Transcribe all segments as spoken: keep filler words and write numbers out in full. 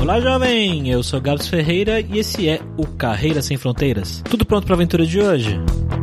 Olá, jovem! Eu sou Gabs Ferreira e esse é o Carreira Sem Fronteiras. Tudo pronto para a aventura de hoje?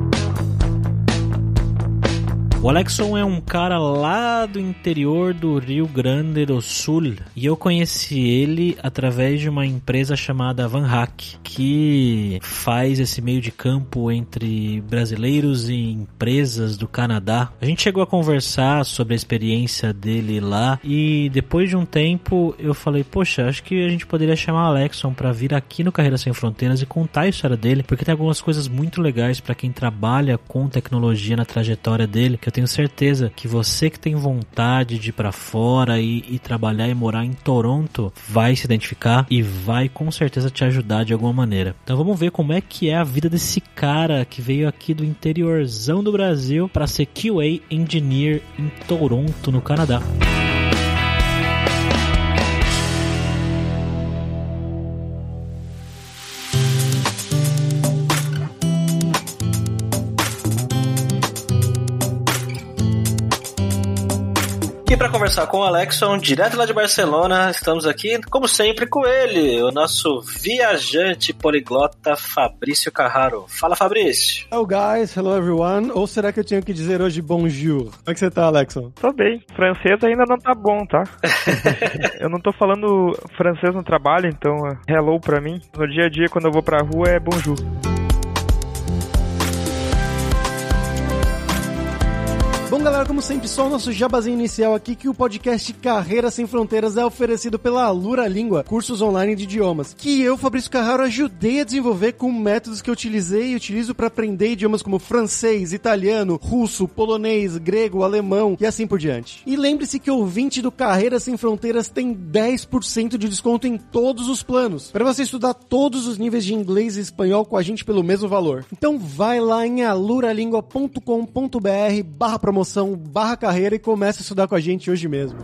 O Alexson é um cara lá do interior do Rio Grande do Sul e eu conheci ele através de uma empresa chamada Van Hack, que faz esse meio de campo entre brasileiros e empresas do Canadá. A gente chegou a conversar sobre a experiência dele lá e depois de um tempo eu falei, poxa, acho que a gente poderia chamar o Alexson para vir aqui no Carreira Sem Fronteiras e contar a história dele, porque tem algumas coisas muito legais para quem trabalha com tecnologia na trajetória dele, que eu tenho certeza que você que tem vontade de ir pra fora e, e trabalhar e morar em Toronto vai se identificar e vai com certeza te ajudar de alguma maneira. Então vamos ver como é que é a vida desse cara que veio aqui do interiorzão do Brasil para ser Q A Engineer em Toronto, no Canadá. E para conversar com o Alexson, direto lá de Barcelona, estamos aqui, como sempre, com ele, o nosso viajante poliglota Fabrício Carraro. Fala, Fabrício! Hello, guys. Hello, everyone. Ou será que eu tinha que dizer hoje bonjour? Como é que você tá, Alexson? Tô bem. Francês ainda não tá bom, tá? Eu não tô falando francês no trabalho, então hello pra mim. No dia a dia, quando eu vou pra rua, é bonjour. Bom, galera, como sempre, só o nosso jabazinho inicial aqui, que o podcast Carreira Sem Fronteiras é oferecido pela Alura Língua, cursos online de idiomas, que eu, Fabrício Carraro, ajudei a desenvolver com métodos que eu utilizei e utilizo para aprender idiomas como francês, italiano, russo, polonês, grego, alemão e assim por diante. E lembre-se que o ouvinte do Carreira Sem Fronteiras tem dez por cento de desconto em todos os planos, para você estudar todos os níveis de inglês e espanhol com a gente pelo mesmo valor. Então vai lá em aluralingua ponto com ponto br barra promoção barra carreira e começa a estudar com a gente hoje mesmo.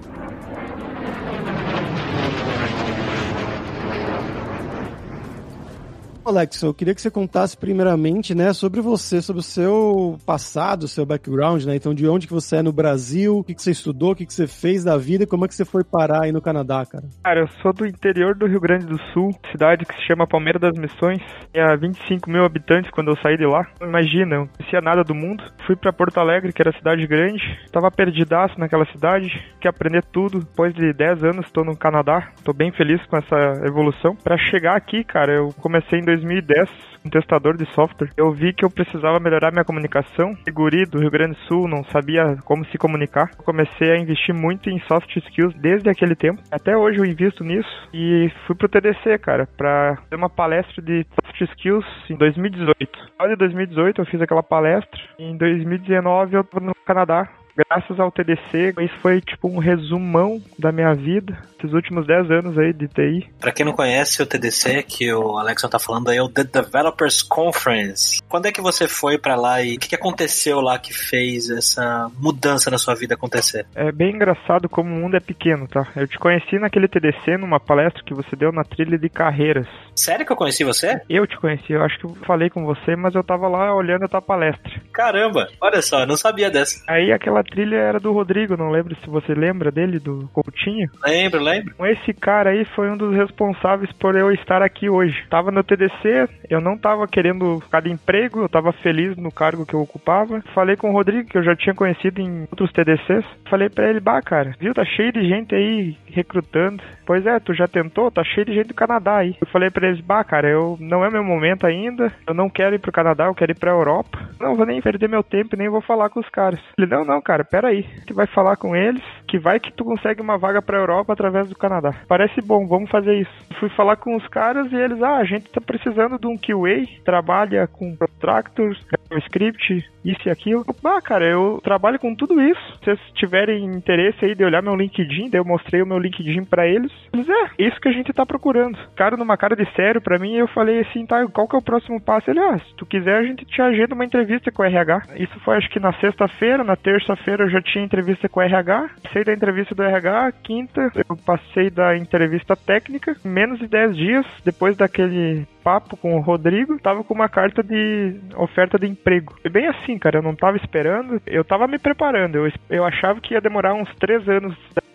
Alex, eu queria que você contasse primeiramente, né, sobre você, sobre o seu passado, o seu background, né, então de onde que você é no Brasil, o que que você estudou, o que que você fez da vida e como é que você foi parar aí no Canadá, cara? Cara, eu sou do interior do Rio Grande do Sul, cidade que se chama Palmeira das Missões, tinha vinte e cinco mil habitantes quando eu saí de lá. Imagina, eu não conhecia nada do mundo, fui pra Porto Alegre, que era cidade grande, tava perdidaço naquela cidade, queria aprender tudo. Depois de dez anos tô no Canadá, tô bem feliz com essa evolução. Pra chegar aqui, cara, eu comecei em dois mil e dez, um testador de software. Eu vi que eu precisava melhorar minha comunicação. Guri do Rio Grande do Sul, não sabia como se comunicar. Eu comecei a investir muito em soft skills desde aquele tempo. Até hoje eu invisto nisso e fui pro T D C, cara, pra ter uma palestra de soft skills em dois mil e dezoito. No final de dois mil e dezoito eu fiz aquela palestra. Em dois mil e dezenove eu tô no Canadá. Graças ao T D C, isso foi tipo um resumão da minha vida, esses últimos dez anos aí de T I. Pra quem não conhece o T D C, que o Alexson tá falando aí, é o The Developers Conference. Quando é que você foi pra lá e o que, que aconteceu lá que fez essa mudança na sua vida acontecer? É bem engraçado como o mundo é pequeno, tá? Eu te conheci naquele T D C, numa palestra que você deu na trilha de carreiras. Sério que eu conheci você? Eu te conheci, eu acho que eu falei com você, mas eu tava lá olhando a tua palestra. Caramba, olha só, eu não sabia dessa. Aí aquela trilha era do Rodrigo, não lembro se você lembra dele, do Coutinho. Lembro, lembro. Esse cara aí foi um dos responsáveis por eu estar aqui hoje. Tava no T D C, eu não tava querendo ficar de emprego, eu tava feliz no cargo que eu ocupava. Falei com o Rodrigo, que eu já tinha conhecido em outros T D Cs. Falei pra ele, bah, cara, viu, tá cheio de gente aí recrutando. Pois é, tu já tentou? Tá cheio de gente do Canadá aí. Eu falei pra eles, bah, cara, eu não é meu momento ainda, eu não quero ir pro Canadá, eu quero ir pra Europa. Não vou nem perder meu tempo e nem vou falar com os caras. Ele, não, não, cara, pera aí. Tu vai falar com eles, que vai que tu consegue uma vaga pra Europa através do Canadá. Parece bom, vamos fazer isso. Fui falar com os caras e eles, ah, a gente tá precisando de um Q A, trabalha com Protractors, JavaScript, isso e aquilo. Ah, cara, eu trabalho com tudo isso. Se vocês tiverem interesse aí de olhar meu LinkedIn, daí eu mostrei o meu LinkedIn pra eles. Eles, é, isso que a gente tá procurando. Cara, numa cara de sério pra mim, eu falei assim, tá, qual que é o próximo passo? Ele, ah, se tu quiser, a gente te agenda uma entrevista com o R H. Isso foi, acho que na sexta-feira, na terça-feira eu já tinha entrevista com o R H. Passei da entrevista do R H, quinta, eu passei da entrevista técnica. Em menos de dez dias, depois daquele papo com o Rodrigo, tava com uma carta de oferta de emprego. Foi bem assim, cara, eu não tava esperando, eu tava me preparando, eu, eu achava que ia demorar uns três anos da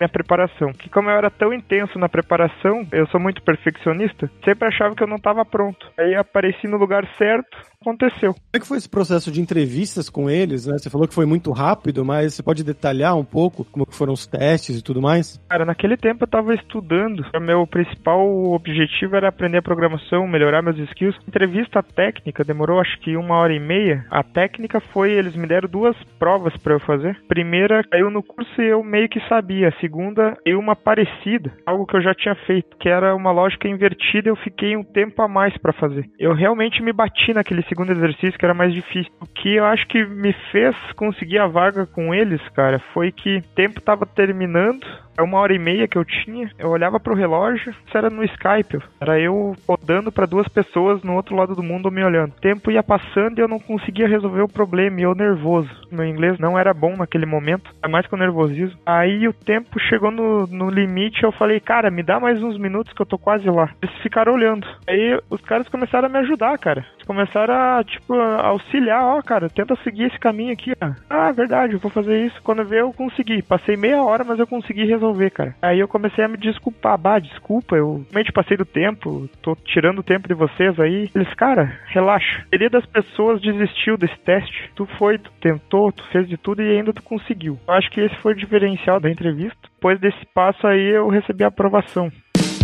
minha preparação. Que como eu era tão intenso na preparação, eu sou muito perfeccionista, sempre achava que eu não estava pronto. Aí apareci no lugar certo, aconteceu. Como é que foi esse processo de entrevistas com eles, né? Você falou que foi muito rápido, mas você pode detalhar um pouco como que foram os testes e tudo mais? Cara, naquele tempo eu estava estudando. O meu principal objetivo era aprender a programação, melhorar meus skills. Entrevista técnica demorou acho que uma hora e meia. A técnica foi, eles me deram duas provas para eu fazer. Primeira, caiu no curso e eu meio que sabia. A segunda, caiu uma parecida, algo que eu já tinha feito, que era uma lógica invertida. Eu fiquei um tempo a mais para fazer. Eu realmente me bati naquele segundo exercício que era mais difícil. O que eu acho que me fez conseguir a vaga com eles, cara, foi que o tempo tava terminando. É uma hora e meia que eu tinha, eu olhava pro relógio, isso era no Skype, era eu rodando pra duas pessoas no outro lado do mundo me olhando. O tempo ia passando e eu não conseguia resolver o problema, e eu nervoso. Meu inglês não era bom naquele momento, é mais que o nervosismo. Aí o tempo chegou no, no limite, eu falei, cara, me dá mais uns minutos que eu tô quase lá. Eles ficaram olhando. Aí os caras começaram a me ajudar, cara. Eles começaram a, tipo, a auxiliar, ó, cara, tenta seguir esse caminho aqui, ó. Ah, verdade, eu vou fazer isso. Quando veio eu consegui. Passei meia hora, mas eu consegui resolver. resolver, cara. Aí eu comecei a me desculpar. Bah, desculpa, eu realmente passei do tempo, tô tirando o tempo de vocês aí. Eles, cara, relaxa. A maioria das pessoas desistiu desse teste. Tu foi, tu tentou, tu fez de tudo e ainda tu conseguiu. Eu acho que esse foi o diferencial da entrevista. Depois desse passo aí, eu recebi a aprovação.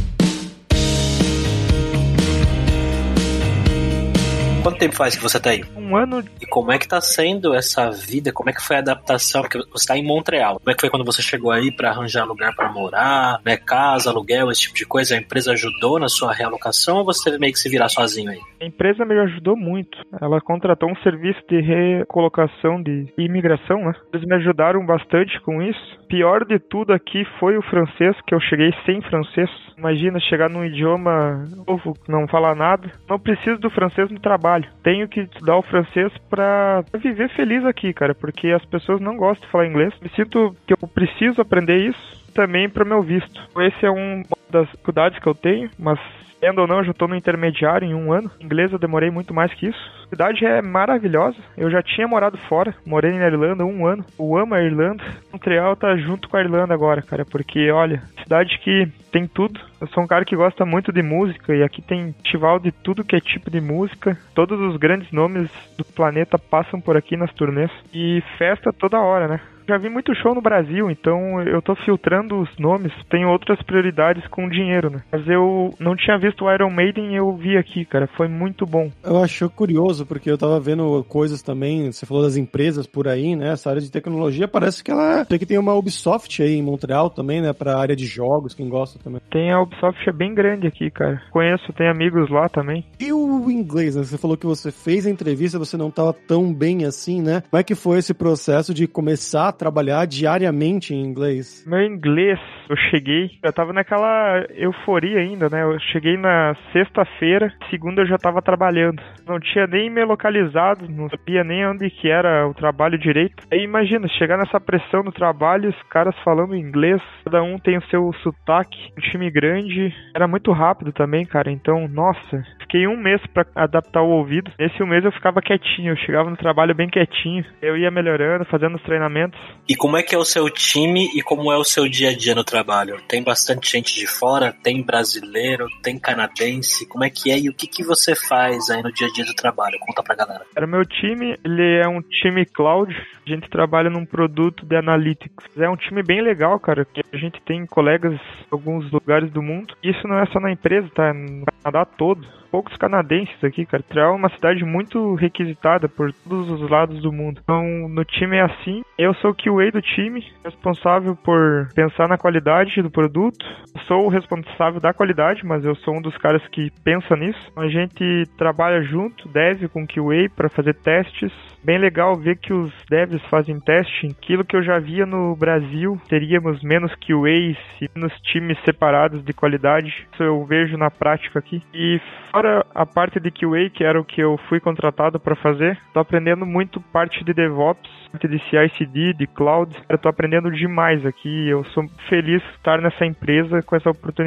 Quanto tempo faz que você tá aí? Um ano. E como é que tá sendo essa vida? Como é que foi a adaptação? Porque você tá em Montreal. Como é que foi quando você chegou aí pra arranjar lugar pra morar, né? Casa, aluguel, esse tipo de coisa? A empresa ajudou na sua realocação ou você teve meio que se virar sozinho aí? A empresa me ajudou muito. Ela contratou um serviço de recolocação de imigração, né? Eles me ajudaram bastante com isso. Pior de tudo aqui foi o francês, que eu cheguei sem francês. Imagina chegar num idioma novo, não falar nada. Não preciso do francês no trabalho. Tenho que estudar o francês pra viver feliz aqui, cara, porque as pessoas não gostam de falar inglês. Me sinto que eu preciso aprender isso também para meu visto. Esse é uma das dificuldades que eu tenho, mas sendo ou não, eu já estou no intermediário em um ano. Em inglês eu demorei muito mais que isso. A cidade é maravilhosa. Eu já tinha morado fora. Morei na Irlanda um ano. Eu amo a Irlanda. Montreal tá junto com a Irlanda agora, cara. Porque, olha, cidade que tem tudo. Eu sou um cara que gosta muito de música. E aqui tem festival de tudo que é tipo de música. Todos os grandes nomes do planeta passam por aqui nas turnês. E festa toda hora, né? Já vi muito show no Brasil, então eu tô filtrando os nomes. Tenho outras prioridades com dinheiro, né? Mas eu não tinha visto o Iron Maiden e eu vi aqui, cara. Foi muito bom. Eu acho curioso, porque eu tava vendo coisas também, você falou das empresas por aí, né? Essa área de tecnologia parece que ela... Sei que tem uma Ubisoft aí em Montreal também, né? Pra área de jogos, quem gosta também. Tem a Ubisoft, é bem grande aqui, cara. Conheço, tem amigos lá também. E o inglês, né? Você falou que você fez a entrevista, você não tava tão bem assim, né? Como é que foi esse processo de começar a trabalhar diariamente em inglês? Meu inglês, eu cheguei, eu tava naquela euforia ainda, né? Eu cheguei na sexta-feira, segunda eu já tava trabalhando. Não tinha nem me localizado, não sabia nem onde que era o trabalho direito. Aí imagina, chegar nessa pressão no trabalho, os caras falando inglês, cada um tem o seu sotaque, um time grande, era muito rápido também, cara. Então, nossa, fiquei um mês pra adaptar o ouvido. Nesse um mês eu ficava quietinho, eu chegava no trabalho bem quietinho. Eu ia melhorando, fazendo os treinamentos. E como é que é o seu time e como é o seu dia a dia no trabalho? Tem bastante gente de fora? Tem brasileiro? Tem canadense? Como é que é e o que, que você faz aí no dia a dia do trabalho? Conta pra galera. O meu time, ele é um time cloud. A gente trabalha num produto de analytics. É um time bem legal, cara. A gente tem colegas em alguns lugares do mundo. Isso não é só na empresa, tá? No Canadá todo. Poucos canadenses aqui, cara. Montreal é uma cidade muito requisitada por todos os lados do mundo. Então, no time é assim. Eu sou o Q A do time, responsável por pensar na qualidade do produto. Eu sou o responsável da qualidade, mas eu sou um dos caras que pensa nisso. A gente trabalha junto, dev com Q A, para fazer testes. Bem legal ver que os devs fazem teste. Aquilo que eu já via no Brasil, teríamos menos Q As e menos times separados de qualidade. Isso eu vejo na prática aqui. E fora a parte de Q A, que era o que eu fui contratado para fazer, tô aprendendo muito parte de DevOps, parte de C I C D, de Cloud. Eu tô aprendendo demais aqui. Eu sou feliz de estar nessa empresa com essa oportunidade.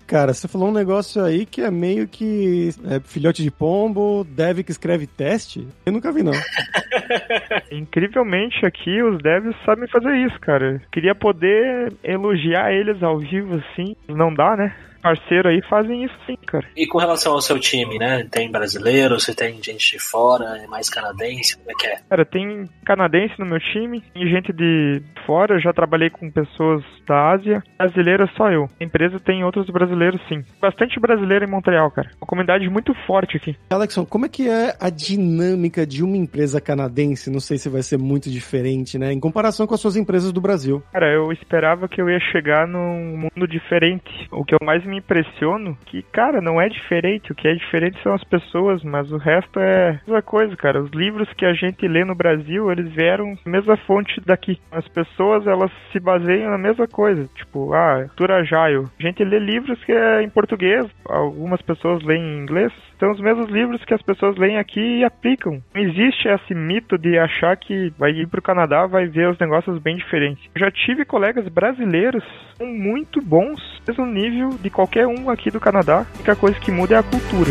Cara, você falou um negócio aí que é meio que é, filhote de pombo, dev que escreve teste. Eu nunca vi, não. Incrivelmente aqui os devs sabem fazer isso, cara. Queria poder elogiar eles ao vivo assim, não dá, né? Parceiro aí fazem isso sim, cara. E com relação ao seu time, né? Tem brasileiro, você tem gente de fora, é mais canadense, como é que é? Cara, tem canadense no meu time, tem gente de fora, eu já trabalhei com pessoas da Ásia. Brasileiro é só eu. A empresa tem outros brasileiros sim. Bastante brasileiro em Montreal, cara. Uma comunidade muito forte aqui. Alexson, como é que é a dinâmica de uma empresa canadense? Não sei se vai ser muito diferente, né? Em comparação com as suas empresas do Brasil. Cara, eu esperava que eu ia chegar num mundo diferente. O que eu mais me impressiono que, cara, não é diferente. O que é diferente são as pessoas, mas o resto é a mesma coisa, cara. Os livros que a gente lê no Brasil, eles vieram da mesma fonte daqui. As pessoas, elas se baseiam na mesma coisa. Tipo, ah, cultura agile. A gente lê livros que é em português, algumas pessoas leem em inglês. São os mesmos livros que as pessoas leem aqui e aplicam. Não existe esse mito de achar que vai ir pro Canadá, vai ver os negócios bem diferentes. Eu já tive colegas brasileiros muito bons, mesmo nível de qualquer um aqui do Canadá. A única coisa que muda é a cultura.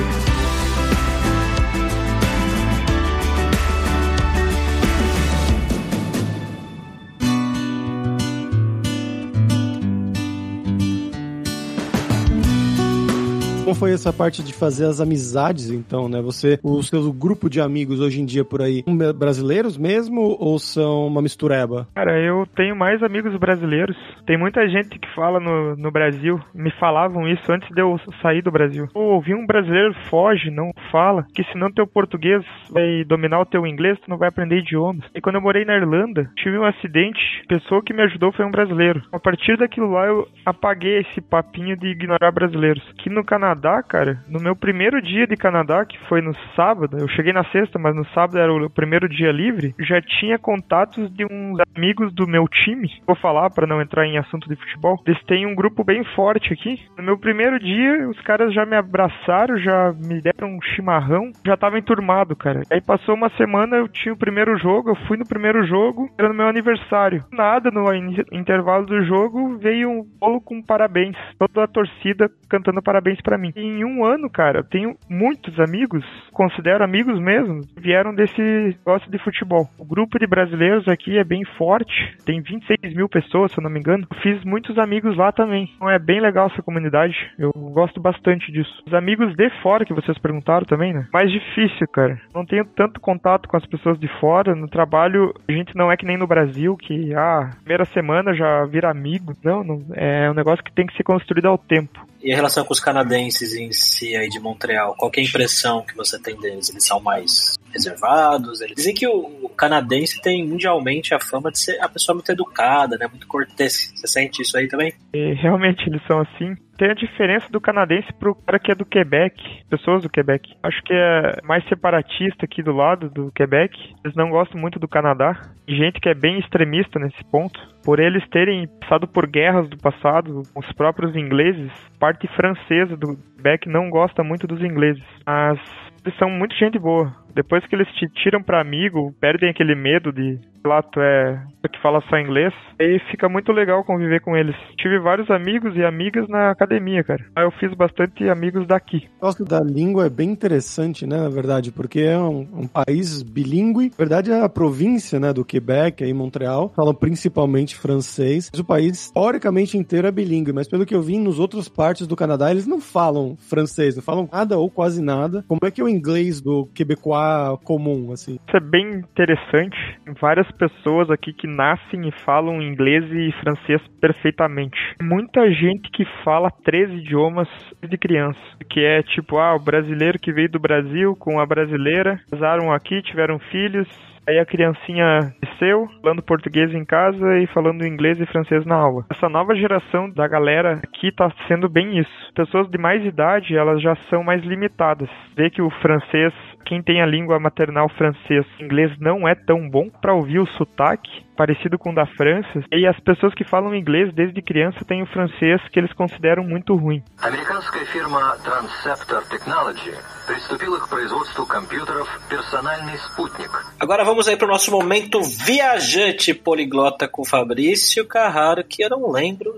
Como foi essa parte de fazer as amizades, então, né? Você, o seu grupo de amigos hoje em dia por aí, são brasileiros mesmo ou são uma mistureba? Cara, eu tenho mais amigos brasileiros. Tem muita gente que fala no, no Brasil, me falavam isso antes de eu sair do Brasil. Eu ouvi um brasileiro, foge, não fala, que senão teu português vai dominar o teu inglês, tu não vai aprender idiomas. E quando eu morei na Irlanda, tive um acidente, a pessoa que me ajudou foi um brasileiro. A partir daquilo lá, eu apaguei esse papinho de ignorar brasileiros. Aqui no Canadá, cara, no meu primeiro dia de Canadá, que foi no sábado, eu cheguei na sexta, mas no sábado era o primeiro dia livre, já tinha contatos de uns amigos do meu time, vou falar para não entrar em assunto de futebol, eles têm um grupo bem forte aqui. No meu primeiro dia, os caras já me abraçaram, já me deram um chimarrão, já tava enturmado, cara. Aí passou uma semana, eu tinha o primeiro jogo, eu fui no primeiro jogo, era no meu aniversário. Nada, no in- intervalo do jogo, veio um bolo com parabéns, toda a torcida cantando parabéns pra mim. Em um ano, cara, eu tenho muitos amigos, considero amigos mesmo, que vieram desse negócio de futebol. O grupo de brasileiros aqui é bem forte, tem vinte e seis mil pessoas, se eu não me engano. Eu fiz muitos amigos lá também. Então é bem legal essa comunidade, eu gosto bastante disso. Os amigos de fora, que vocês perguntaram também, né? Mais difícil, cara. Não tenho tanto contato com as pessoas de fora. No trabalho, a gente não é que nem no Brasil, que, ah, primeira semana já vira amigo. Não, não. É um negócio que tem que ser construído ao tempo. E a relação com os canadenses em si aí de Montreal, qual que é a impressão que você tem deles? Eles são mais reservados? Eles dizem que o canadense tem mundialmente a fama de ser a pessoa muito educada, né? Muito cortês. Você sente isso aí também? E realmente eles são assim. Tem a diferença do canadense pro cara que é do Quebec, pessoas do Quebec. Acho que é mais separatista aqui do lado do Quebec. Eles não gostam muito do Canadá. E gente que é bem extremista nesse ponto. Por eles terem passado por guerras do passado, os próprios ingleses, parte francesa do Quebec não gosta muito dos ingleses. Mas eles são muito gente boa. Depois que eles te tiram pra amigo, perdem aquele medo de, lá, tu é tu que fala só inglês, aí fica muito legal conviver com eles. Tive vários amigos e amigas na academia, cara. Aí eu fiz bastante amigos daqui. O negócio da língua é bem interessante, né, na verdade, porque é um, um país bilíngue. Na verdade, a província, né, do Quebec, aí Montreal, falam principalmente francês. Mas o país, historicamente inteiro, é bilíngue, mas pelo que eu vi, nos outras partes do Canadá, eles não falam francês, não falam nada ou quase nada. Como é que é o inglês do quebecois comum, assim? Isso é bem interessante. Tem várias pessoas aqui que nascem e falam inglês e francês perfeitamente. Muita gente que fala três idiomas desde criança. Que é tipo, ah, o brasileiro que veio do Brasil com a brasileira, casaram aqui, tiveram filhos. Aí a criancinha cresceu, falando português em casa e falando inglês e francês na aula. Essa nova geração da galera aqui tá sendo bem isso. Pessoas de mais idade, elas já são mais limitadas. Vê que o francês, quem tem a língua maternal francês, inglês não é tão bom para ouvir o sotaque, parecido com o da França. E as pessoas que falam inglês desde criança têm o francês que eles consideram muito ruim. A americana firma Transceptor Technology приступила к производству компьютеров «Персональный спутник». Agora vamos aí para o nosso momento viajante poliglota com Fabrício Carraro, que eu não lembro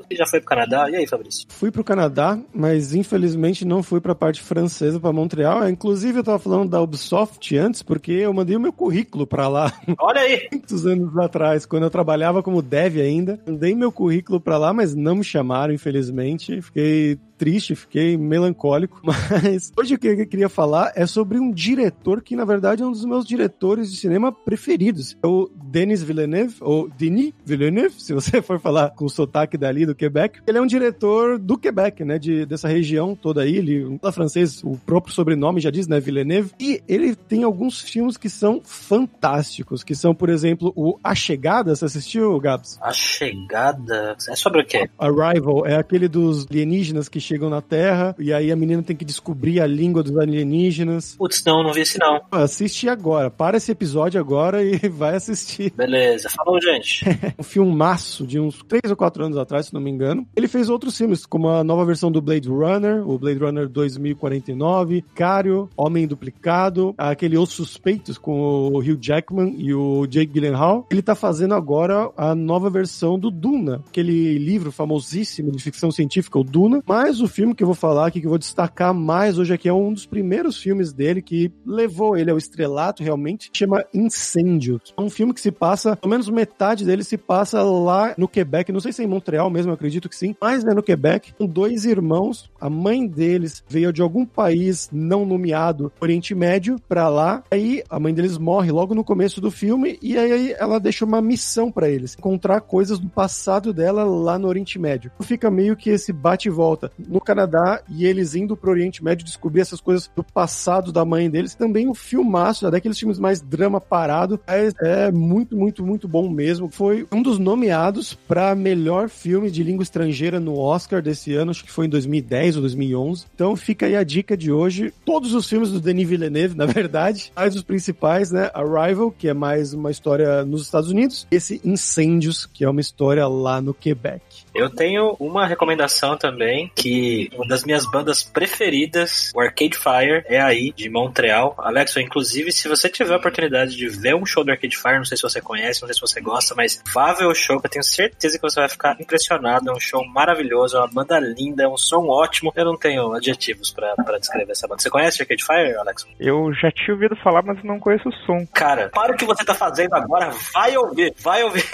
Você já foi pro Canadá? E aí, Fabrício? Fui pro Canadá, mas infelizmente não fui pra parte francesa, pra Montreal. Inclusive eu tava falando da Ubisoft antes, porque eu mandei o meu currículo pra lá. Olha aí! Muitos anos atrás, quando eu trabalhava como dev ainda. Mandei meu currículo pra lá, mas não me chamaram, infelizmente. Fiquei triste, fiquei melancólico. Mas hoje o que eu queria falar é sobre um diretor que, na verdade, é um dos meus diretores de cinema preferidos. É o Denis Villeneuve, ou Denis Villeneuve, se você for falar com o sotaque dali do Quebec. Ele é um diretor do Quebec, né, de, dessa região toda aí. Ele fala francês, o próprio sobrenome já diz, né, Villeneuve. E ele tem alguns filmes que são fantásticos, que são, por exemplo, o A Chegada. Você assistiu, Gabs? A Chegada? É sobre o quê? Arrival, é aquele dos alienígenas que chegam na Terra, e aí a menina tem que descobrir a língua dos alienígenas. Putz, não, não vi esse não. Assiste agora, para esse episódio agora e vai assistir. Beleza, falou, gente. Um filmaço de uns três ou quatro anos atrás, se não me engano. Ele fez outros filmes, como a nova versão do Blade Runner, o Blade Runner dois mil e quarenta e nove, Cário, Homem Duplicado, aquele Os Suspeitos com o Hugh Jackman e o Jake Gyllenhaal. Ele tá fazendo agora a nova versão do Duna, aquele livro famosíssimo de ficção científica, o Duna, mas o filme que eu vou falar aqui, que eu vou destacar mais hoje aqui, é um dos primeiros filmes dele que levou ele ao estrelato, realmente, chama Incêndio. É um filme que se passa, pelo menos metade dele se passa lá no Quebec, não sei se é em Montreal mesmo, eu acredito que sim, mas é no Quebec, com dois irmãos, a mãe deles veio de algum país não nomeado, Oriente Médio, pra lá, aí a mãe deles morre logo no começo do filme, e aí ela deixa uma missão pra eles, encontrar coisas do passado dela lá no Oriente Médio. Fica meio que esse bate e volta no Canadá, e eles indo pro Oriente Médio descobrir essas coisas do passado da mãe deles. Também um filmaço, daqueles filmes mais drama parado, mas é muito, muito, muito bom mesmo. Foi um dos nomeados para melhor filme de língua estrangeira no Oscar desse ano, acho que foi em dois mil e dez ou dois mil e onze. Então fica aí a dica de hoje. Todos os filmes do Denis Villeneuve, na verdade, mais os principais, né? Arrival, que é mais uma história nos Estados Unidos, esse Incêndios, que é uma história lá no Quebec. Eu tenho uma recomendação também, que uma das minhas bandas preferidas, o Arcade Fire, é aí, de Montreal. Alex, inclusive, se você tiver a oportunidade de ver um show do Arcade Fire, não sei se você conhece, não sei se você gosta, mas vá ver o show, que eu tenho certeza que você vai ficar impressionado. É um show maravilhoso, é uma banda linda, é um som ótimo. Eu não tenho adjetivos pra, pra descrever essa banda. Você conhece o Arcade Fire, Alex? Eu já tinha ouvido falar, mas não conheço o som. Cara, para o que você tá fazendo agora, vai ouvir, vai ouvir.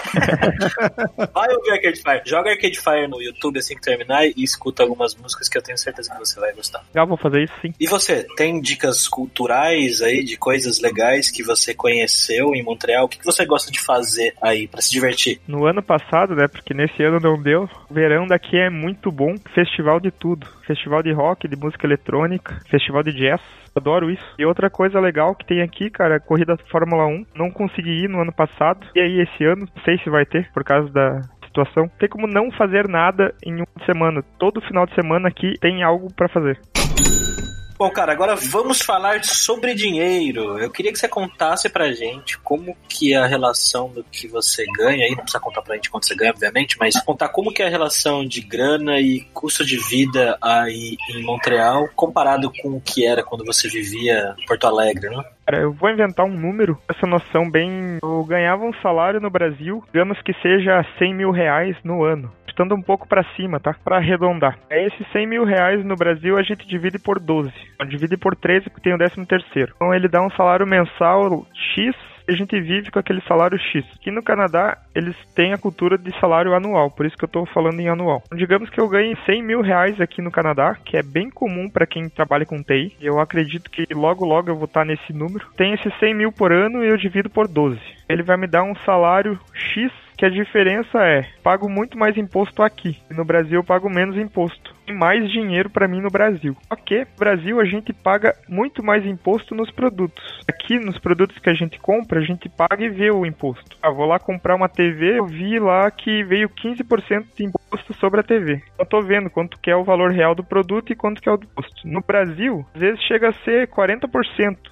Vai ouvir Arcade Fire. Joga Arcade Fire no YouTube assim que terminar e escuta algumas músicas que eu tenho certeza que você vai gostar. Já vou fazer isso sim. E você, tem dicas culturais aí de coisas legais que você conheceu em Montreal? O que você gosta de fazer aí pra se divertir? No ano passado, né, porque nesse ano não deu, o verão daqui é muito bom, festival de tudo. Festival de rock, de música eletrônica, festival de jazz. Adoro isso. E outra coisa legal que tem aqui, cara, é a corrida Fórmula um. Não consegui ir no ano passado. E aí esse ano, não sei se vai ter, por causa da situação. Tem como não fazer nada em uma semana. Todo final de semana aqui tem algo pra fazer. Bom, cara, agora vamos falar sobre dinheiro. Eu queria que você contasse pra gente como que é a relação do que você ganha, aí não precisa contar pra gente quanto você ganha, obviamente, mas contar como que é a relação de grana e custo de vida aí em Montreal, comparado com o que era quando você vivia em Porto Alegre, né? Cara, eu vou inventar um número, essa noção bem... Eu ganhava um salário no Brasil, digamos que seja cem mil reais no ano. Estando um pouco pra cima, tá? Pra arredondar. É esses cem mil reais no Brasil a gente divide por doze. Divide por treze porque tem o décimo terceiro. Então ele dá um salário mensal X e a gente vive com aquele salário X. Aqui no Canadá eles têm a cultura de salário anual, por isso que eu tô falando em anual. Então, digamos que eu ganhe cem mil reais aqui no Canadá, que é bem comum pra quem trabalha com T I. Eu acredito que logo logo eu vou estar nesse número. Tem esses cem mil por ano e eu divido por doze. Ele vai me dar um salário X, que a diferença é, pago muito mais imposto aqui. No Brasil eu pago menos imposto. Tem mais dinheiro para mim no Brasil. Ok, no Brasil a gente paga muito mais imposto nos produtos. Aqui nos produtos que a gente compra, a gente paga e vê o imposto. Ah, vou lá comprar uma T V, eu vi lá que veio quinze por cento de imposto sobre a T V. Eu tô vendo quanto que é o valor real do produto e quanto que é o do imposto. No Brasil, às vezes chega a ser quarenta por cento.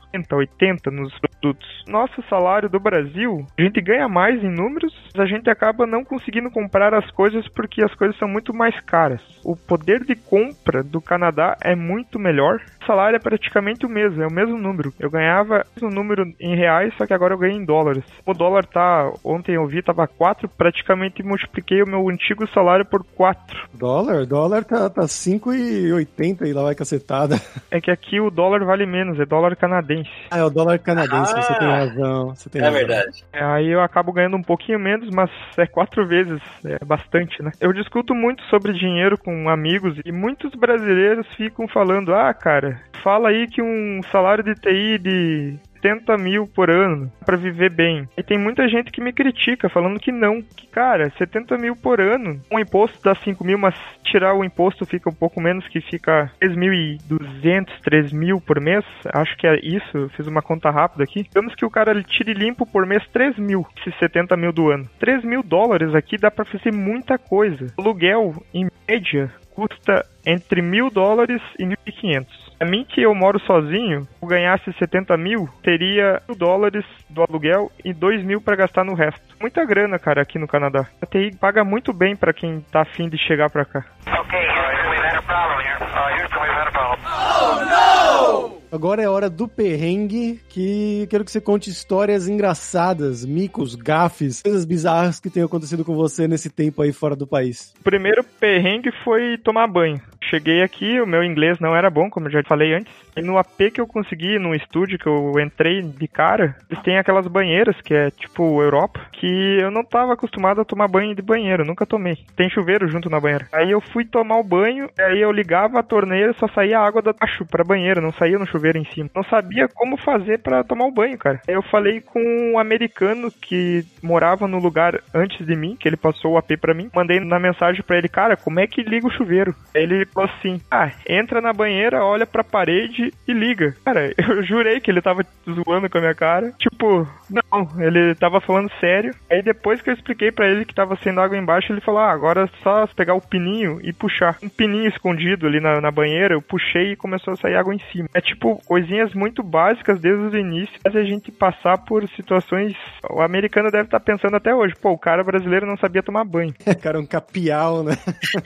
oitenta nos produtos. Nosso salário do Brasil, a gente ganha mais em números, mas a gente acaba não conseguindo comprar as coisas porque as coisas são muito mais caras. O poder de compra do Canadá é muito melhor. O salário é praticamente o mesmo, é o mesmo número. Eu ganhava o mesmo número em reais, só que agora eu ganho em dólares. O dólar tá, ontem eu vi, tava quatro, praticamente multipliquei o meu antigo salário por quatro. Dólar? Dólar tá, tá cinco e oitenta e lá vai cacetada. É que aqui o dólar vale menos, é dólar canadense. Ah, é o dólar canadense, ah, você tem razão. Você tem é razão. Verdade. É, aí eu acabo ganhando um pouquinho menos, mas é quatro vezes, é bastante, né? Eu discuto muito sobre dinheiro com amigos e muitos brasileiros ficam falando, ah, cara, fala aí que um salário de T I de setenta mil por ano pra viver bem. E tem muita gente que me critica, falando que não. Que, cara, setenta mil por ano, um imposto dá cinco mil, mas tirar o imposto fica um pouco menos, que fica três mil e duzentos, três mil por mês. Acho que é isso, eu fiz uma conta rápida aqui. Digamos que o cara tire limpo por mês três mil, esses setenta mil do ano. três mil dólares aqui dá pra fazer muita coisa. O aluguel, em média, custa entre mil dólares e mil e quinhentos. A mim, que eu moro sozinho, se eu ganhasse setenta mil, teria mil dólares do aluguel e dois mil para gastar no resto. Muita grana, cara, aqui no Canadá. A T I paga muito bem para quem tá afim de chegar pra cá. Okay, Houston, we've had a problem here. Uh, Houston, we've had a problem. Oh, não! Agora é hora do perrengue, que quero que você conte histórias engraçadas, micos, gafes, coisas bizarras que tenham acontecido com você nesse tempo aí fora do país. O primeiro perrengue foi tomar banho. Cheguei aqui, o meu inglês não era bom, como eu já falei antes. E no A P que eu consegui, no estúdio que eu entrei de cara, eles têm aquelas banheiras, que é tipo Europa, que eu não tava acostumado a tomar banho de banheiro, nunca tomei. Tem chuveiro junto na banheira. Aí eu fui tomar o banho, aí eu ligava a torneira e só saía água da baixo pra banheiro, não saía no chuveiro em cima. Não sabia como fazer pra tomar o banho, cara. Aí eu falei com um americano que morava no lugar antes de mim, que ele passou o A P pra mim. Mandei na mensagem pra ele, cara, como é que liga o chuveiro? Aí ele falou assim, ah, entra na banheira, olha pra parede e liga. Cara, eu jurei que ele tava zoando com a minha cara. Tipo, não, ele tava falando sério. Aí depois que eu expliquei pra ele que tava sendo água embaixo, ele falou, ah, agora é só pegar o pininho e puxar. Um pininho escondido ali na, na banheira, eu puxei e começou a sair água em cima. É tipo, coisinhas muito básicas desde o início, faz a gente passar por situações... O americano deve estar pensando até hoje, pô, o cara brasileiro não sabia tomar banho. Cara, um capial, né?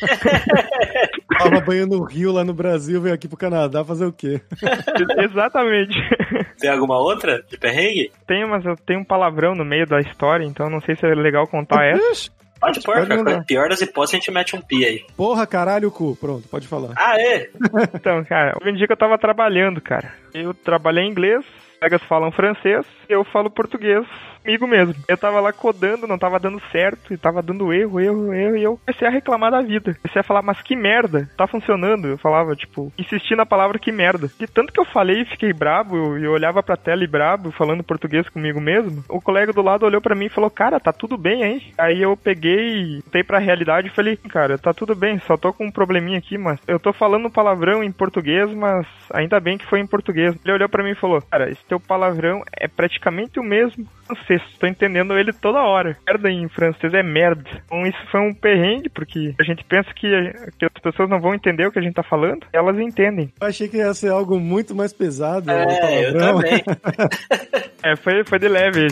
Toma banho no Rio, lá no Brasil, veio aqui pro Canadá fazer o quê? Exatamente. Tem alguma outra de perrengue? Tenho, mas eu tenho um palavrão no meio da história, então não sei se é legal contar essa. Pode pôr, cara. Pior das hipóteses, a gente mete um pi aí. Porra, caralho, cu. Pronto, pode falar. Ah, é? Então, cara, houve um dia que eu tava trabalhando, cara. Eu trabalhei em inglês, os colegas falam francês, eu falo português comigo mesmo. Eu tava lá codando, não tava dando certo, e tava dando erro, erro, erro, e eu comecei a reclamar da vida. Comecei a falar, mas que merda, tá funcionando. Eu falava, tipo, insisti na palavra que merda. De tanto que eu falei e fiquei brabo, eu, eu olhava pra tela e brabo, falando português comigo mesmo, o colega do lado olhou pra mim e falou, cara, tá tudo bem aí? Aí eu peguei, voltei pra realidade e falei, cara, tá tudo bem, só tô com um probleminha aqui, mas eu tô falando palavrão em português, mas ainda bem que foi em português. Ele olhou pra mim e falou, cara, esse teu palavrão é praticamente o mesmo francês, tô entendendo ele toda hora. Merda em francês é merda. Então isso foi um perrengue, porque a gente pensa que, que as pessoas não vão entender o que a gente tá falando, elas entendem. Eu achei que ia ser algo muito mais pesado. É, eu também. É, foi, foi de leve.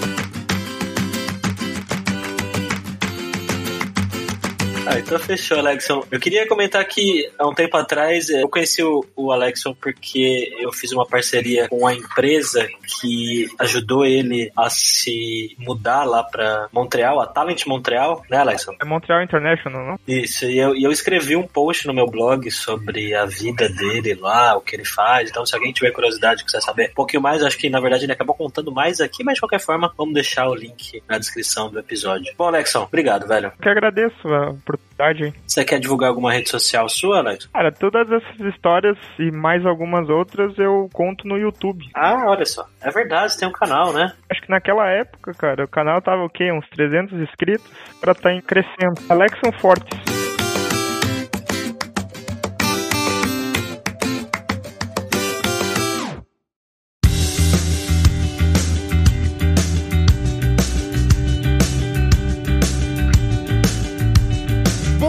Ah, então fechou, Alexson. Eu queria comentar que há um tempo atrás eu conheci o, o Alexson porque eu fiz uma parceria com a empresa que ajudou ele a se mudar lá pra Montreal, a Talent Montreal, né, Alexson? É Montreal International, não? Isso, e eu, e eu escrevi um post no meu blog sobre a vida dele lá, o que ele faz. Então, se alguém tiver curiosidade, quiser saber um pouquinho mais, acho que na verdade ele acabou contando mais aqui, mas de qualquer forma, vamos deixar o link na descrição do episódio. Bom, Alexson, obrigado, velho. Eu que agradeço a oportunidade. Você quer divulgar alguma rede social sua, Alex? Cara, todas essas histórias e mais algumas outras eu conto no YouTube. Ah, olha só. É verdade, você tem um canal, né? Acho que naquela época, cara, o canal tava o quê? Uns trezentos inscritos. Pra tá crescendo. Alexson Fortes.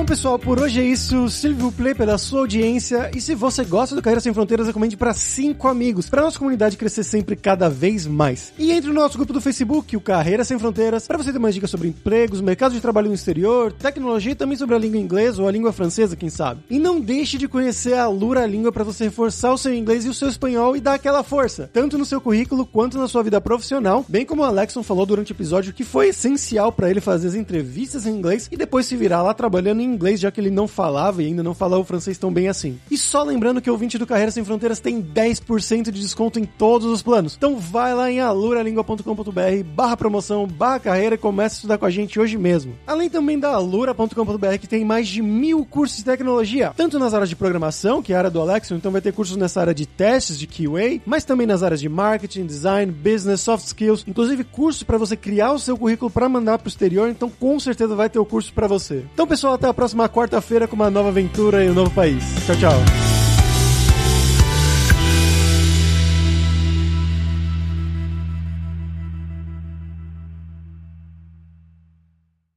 pessoal, por hoje é isso. S'il vous plaît pela sua audiência. E se você gosta do Carreira Sem Fronteiras, recomende para cinco amigos, para nossa comunidade crescer sempre cada vez mais. E entre no nosso grupo do Facebook, o Carreira Sem Fronteiras, para você ter mais dicas sobre empregos, mercado de trabalho no exterior, tecnologia e também sobre a língua inglesa ou a língua francesa, quem sabe. E não deixe de conhecer a Alura Língua para você reforçar o seu inglês e o seu espanhol e dar aquela força, tanto no seu currículo quanto na sua vida profissional, bem como o Alexson falou durante o episódio que foi essencial para ele fazer as entrevistas em inglês e depois se virar lá trabalhando em inglês, já que ele não falava e ainda não falava o francês tão bem assim. E só lembrando que o ouvinte do Carreira Sem Fronteiras tem dez por cento de desconto em todos os planos. Então vai lá em aluralingua.com.br barra promoção, barra carreira e comece a estudar com a gente hoje mesmo. Além também da alura ponto com ponto b r, que tem mais de mil cursos de tecnologia, tanto nas áreas de programação, que é a área do Alexson, então vai ter cursos nessa área de testes, de Q A, mas também nas áreas de marketing, design, business, soft skills, inclusive cursos para você criar o seu currículo para mandar pro exterior, então com certeza vai ter o curso para você. Então pessoal, até a próxima quarta-feira com uma nova aventura em um novo país. Tchau, tchau.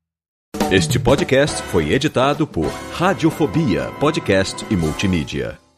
Este podcast foi editado por Radiofobia, podcast e multimídia.